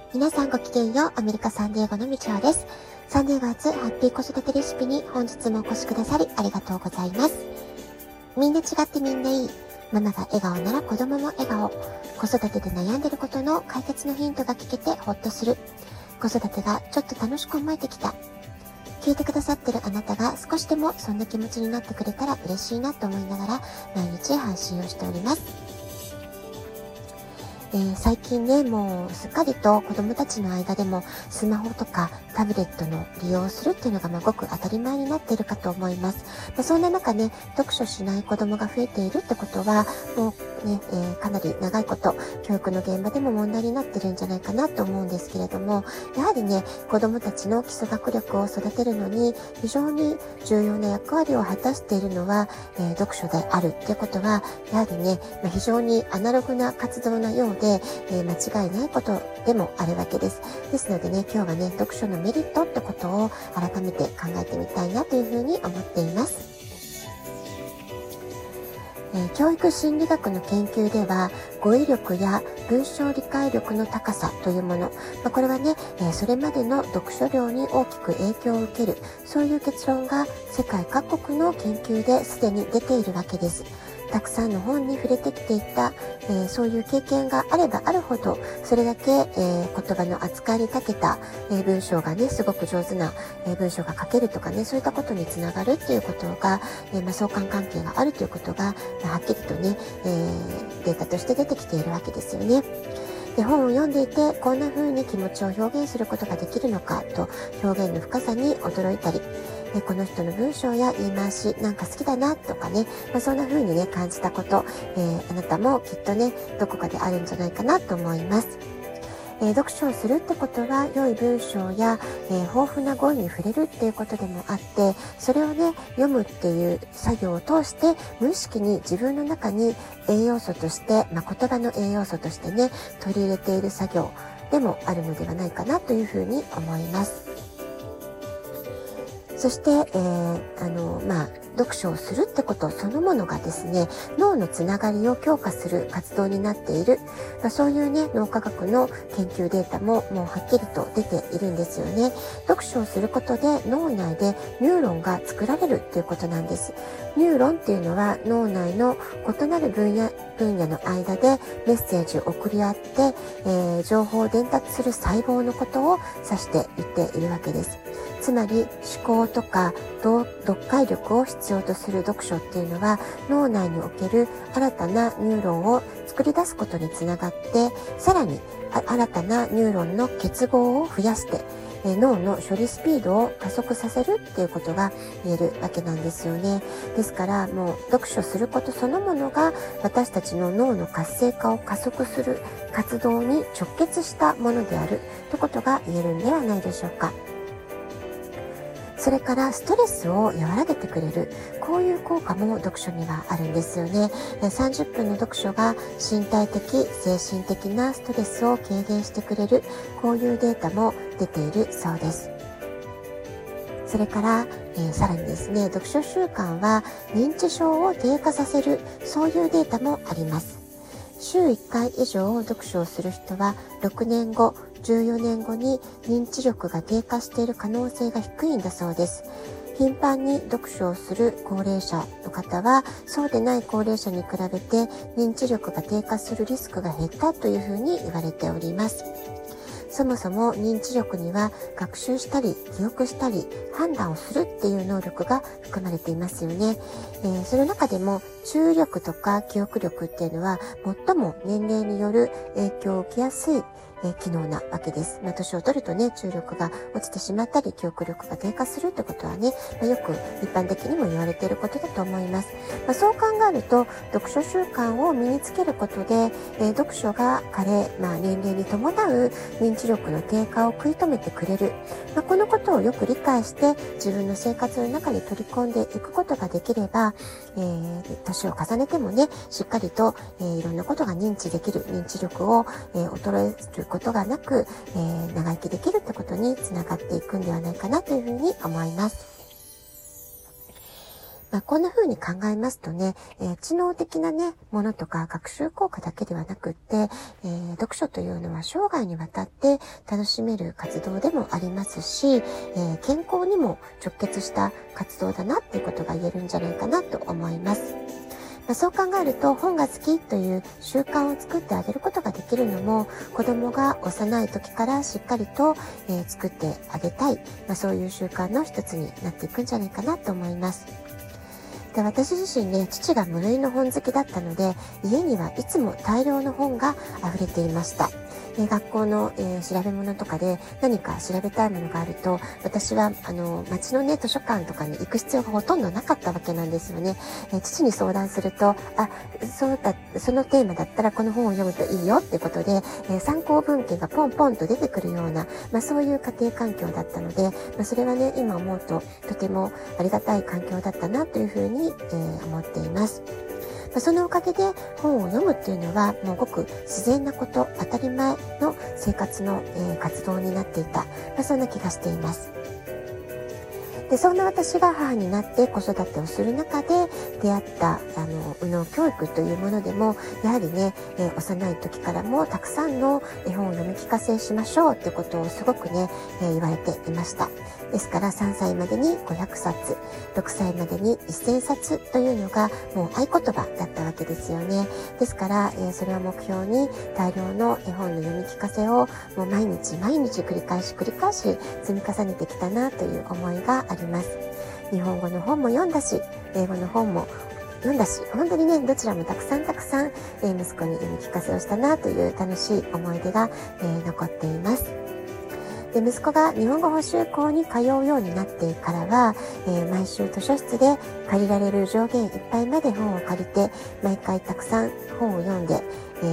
皆さんごきげんよう。アメリカサンディエゴのみちおです。サンディエゴ初ハッピー子育てレシピに本日もお越しくださりありがとうございます。みんな違ってみんないい。ママが笑顔なら子供も笑顔。子育てで悩んでることの解決のヒントが聞けてほっとする。子育てがちょっと楽しく思えてきた。聞いてくださってるあなたが少しでもそんな気持ちになってくれたら嬉しいなと思いながら毎日配信をしております。最近ね、もうすっかりと子供たちの間でもスマホとかタブレットの利用をするっていうのがごく当たり前になっているかと思います。そんな中ね、読書しない子供が増えているってことは、もうね、かなり長いこと教育の現場でも問題になってるんじゃないかなと思うんですけれども、やはりね、子供たちの基礎学力を育てるのに非常に重要な役割を果たしているのは、読書であるっていうことは、やはりね、非常にアナログな活動なようで、間違いないことでもあるわけです。ですのでね、今日はね、読書のメリットってことを改めて考えてみたいなというふうに思っています。教育心理学の研究では、語彙力や文章理解力の高さというもの、これはね、それまでの読書量に大きく影響を受ける、そういう結論が世界各国の研究ですでに出ているわけです。たくさんの本に触れてきていた、そういう経験があればあるほど、それだけ、言葉の扱いに長けた、文章がね、すごく上手な、文章が書けるとかね、そういったことにつながるっていうことが、相関関係があるということが、はっきりとね、データとして出てきているわけですよね。で、本を読んでいてこんな風に気持ちを表現することができるのかと表現の深さに驚いたり、この人の文章や言い回しなんか好きだなとかね、そんな風にね感じたこと、あなたもきっとねどこかであるんじゃないかなと思います。読書をするってことは良い文章や、豊富な語彙に触れるっていうことでもあって、それをね読むっていう作業を通して無意識に自分の中に栄養素として、言葉の栄養素としてね取り入れている作業でもあるのではないかなというふうに思います。そして、読書をするってことそのものがですね、脳のつながりを強化する活動になっている、そういうね、脳科学の研究データももうはっきりと出ているんですよね。読書をすることで脳内でニューロンが作られるっていうことなんです。ニューロンっていうのは脳内の異なる分野の間でメッセージを送り合って、情報を伝達する細胞のことを指して言っているわけです。つまり思考とか読解力を必要とする読書っていうのは脳内における新たなニューロンを作り出すことにつながって、さらに新たなニューロンの結合を増やして脳の処理スピードを加速させるっていうことが言えるわけなんですよね。ですからもう読書することそのものが私たちの脳の活性化を加速する活動に直結したものであるということが言えるんではないでしょうか。それからストレスを和らげてくれる、こういう効果も読書にはあるんですよね。30分の読書が身体的、精神的なストレスを軽減してくれる、こういうデータも出ているそうです。それから、さらにですね、読書習慣は認知症を低下させる、そういうデータもあります。週1回以上読書をする人は6年後、14年後に認知力が低下している可能性が低いんだそうです。頻繁に読書をする高齢者の方はそうでない高齢者に比べて認知力が低下するリスクが減ったというふうに言われております。そもそも認知力には学習したり記憶したり判断をするっていう能力が含まれていますよね。その中でも注意力とか記憶力っていうのは最も年齢による影響を受けやすい機能なわけです。年を取るとね、注意力が落ちてしまったり、記憶力が低下するってことはね、よく一般的にも言われていることだと思います。そう考えると、読書習慣を身につけることで、読書が年齢に伴う認知力の低下を食い止めてくれる。このことをよく理解して、自分の生活の中に取り込んでいくことができれば、年を重ねてもね、しっかりと、いろんなことが認知できる、認知力を、衰えることがなく、長生きできるってことにつながっていくんではないかなというふうに思います。 こんな風に考えますとね、知能的なね、ものとか学習効果だけではなくって、読書というのは生涯にわたって楽しめる活動でもありますし、健康にも直結した活動だなっていうことが言えるんじゃないかなと思います。そう考えると本が好きという習慣を作ってあげることができるのも子供が幼い時からしっかりと、作ってあげたい、そういう習慣の一つになっていくんじゃないかなと思います。で、私自身ね、父が無類の本好きだったので家にはいつも大量の本が溢れていました。学校の、調べ物とかで何か調べたいものがあると私は町のね図書館とかに行く必要がほとんどなかったわけなんですよね。父に相談するとそのテーマだったらこの本を読むといいよってことで、参考文献がポンポンと出てくるような、そういう家庭環境だったので、それはね今思うととてもありがたい環境だったなというふうに、思っています。そのおかげで本を読むっていうのはもうごく自然なこと、当たり前の生活の、活動になっていた、そんな気がしています。で、そんな私が母になって子育てをする中で出会った右脳教育というものでもやはりね、幼い時からもたくさんの絵本を読み聞かせしましょうってことをすごくね、言われていました。ですから3歳までに500冊、6歳までに1000冊というのがもう合言葉だったわけですよね。ですから、それを目標に大量の絵本の読み聞かせをもう毎日繰り返し積み重ねてきたなという思いがあります。日本語の本も読んだし、英語の本も読んだし、本当にねどちらもたくさん、息子に読み聞かせをしたなという楽しい思い出が、残っています。で、息子が日本語補習校に通うようになってからは、毎週図書室で借りられる上限いっぱいまで本を借りて毎回たくさん本を読んで、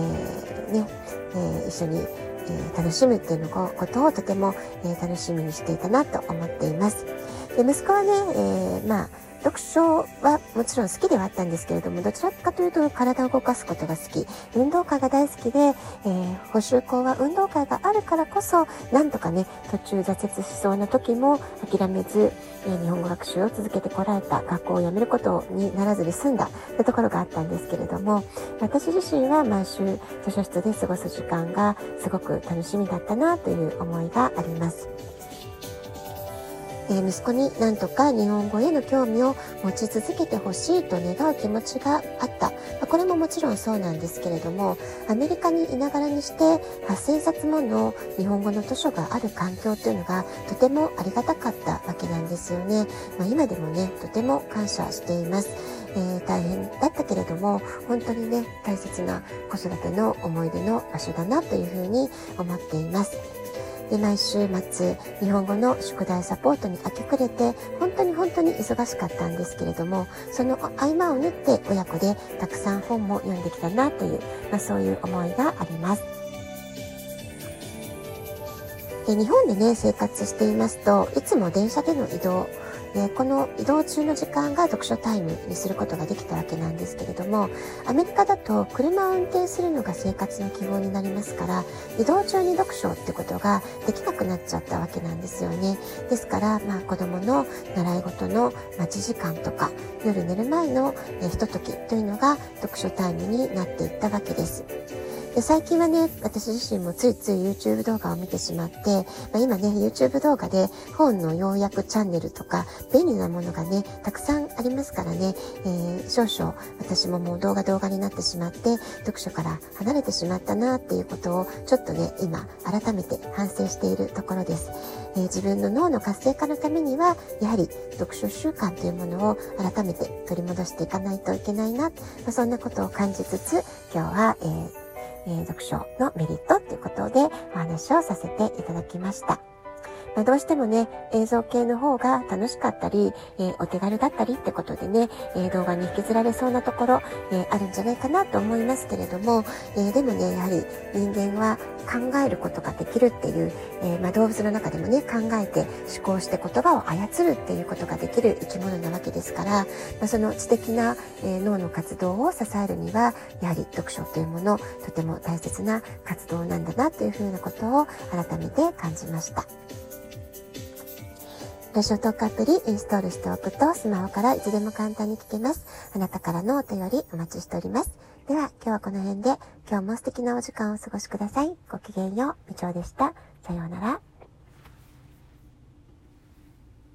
一緒に楽しむっていうことをとても、楽しみにしていたなと思っています。で、息子はね、読書はもちろん好きではあったんですけれども、どちらかというと体を動かすことが好き、運動会が大好きで、補習校は運動会があるからこそなんとかね途中挫折しそうな時も諦めず、日本語学習を続けてこられた、学校を辞めることにならずに済んだところがあったんですけれども、私自身は毎週図書室で過ごす時間がすごく楽しみだったなという思いがあります。息子になんとか日本語への興味を持ち続けてほしいと願う気持ちがあった。これももちろんそうなんですけれども、アメリカにいながらにして8000冊もの日本語の図書がある環境というのがとてもありがたかったわけなんですよね。今でもねとても感謝しています。大変だったけれども本当にね大切な子育ての思い出の場所だなというふうに思っています。で、毎週末日本語の宿題サポートに明け暮れて本当に忙しかったんですけれども、その合間を縫って親子でたくさん本も読んできたなという、そういう思いがあります。で、日本でね生活していますといつも電車での移動、この移動中の時間が読書タイムにすることができたわけなんですけれども、アメリカだと車を運転するのが生活の基本になりますから、移動中に読書ってことができなくなっちゃったわけなんですよね。ですから、子供の習い事の待ち時間とか夜寝る前のひとときというのが読書タイムになっていったわけです。で、最近はね私自身もついつい YouTube 動画を見てしまって、今ね YouTube 動画で本の要約チャンネルとか便利なものがねたくさんありますからね、少々私ももう動画になってしまって読書から離れてしまったなっていうことをちょっとね今改めて反省しているところです。自分の脳の活性化のためにはやはり読書習慣というものを改めて取り戻していかないといけないな、そんなことを感じつつ今日は、読書のメリットということでお話をさせていただきました。どうしてもね映像系の方が楽しかったり、お手軽だったりってことでね、動画に引きずられそうなところ、あるんじゃないかなと思いますけれども、でもねやはり人間は考えることができるっていう、動物の中でもね考えて思考して言葉を操るっていうことができる生き物なわけですから、その知的な、脳の活動を支えるにはやはり読書というものとても大切な活動なんだなというふうなことを改めて感じました。 ラジオトークアプリインストールしておくとスマホからいつでも簡単に聞けます。あなたからのお便りお待ちしております。では今日はこの辺で、今日も素敵なお時間をお過ごしください。ごきげんよう。みちょうでした。さようなら。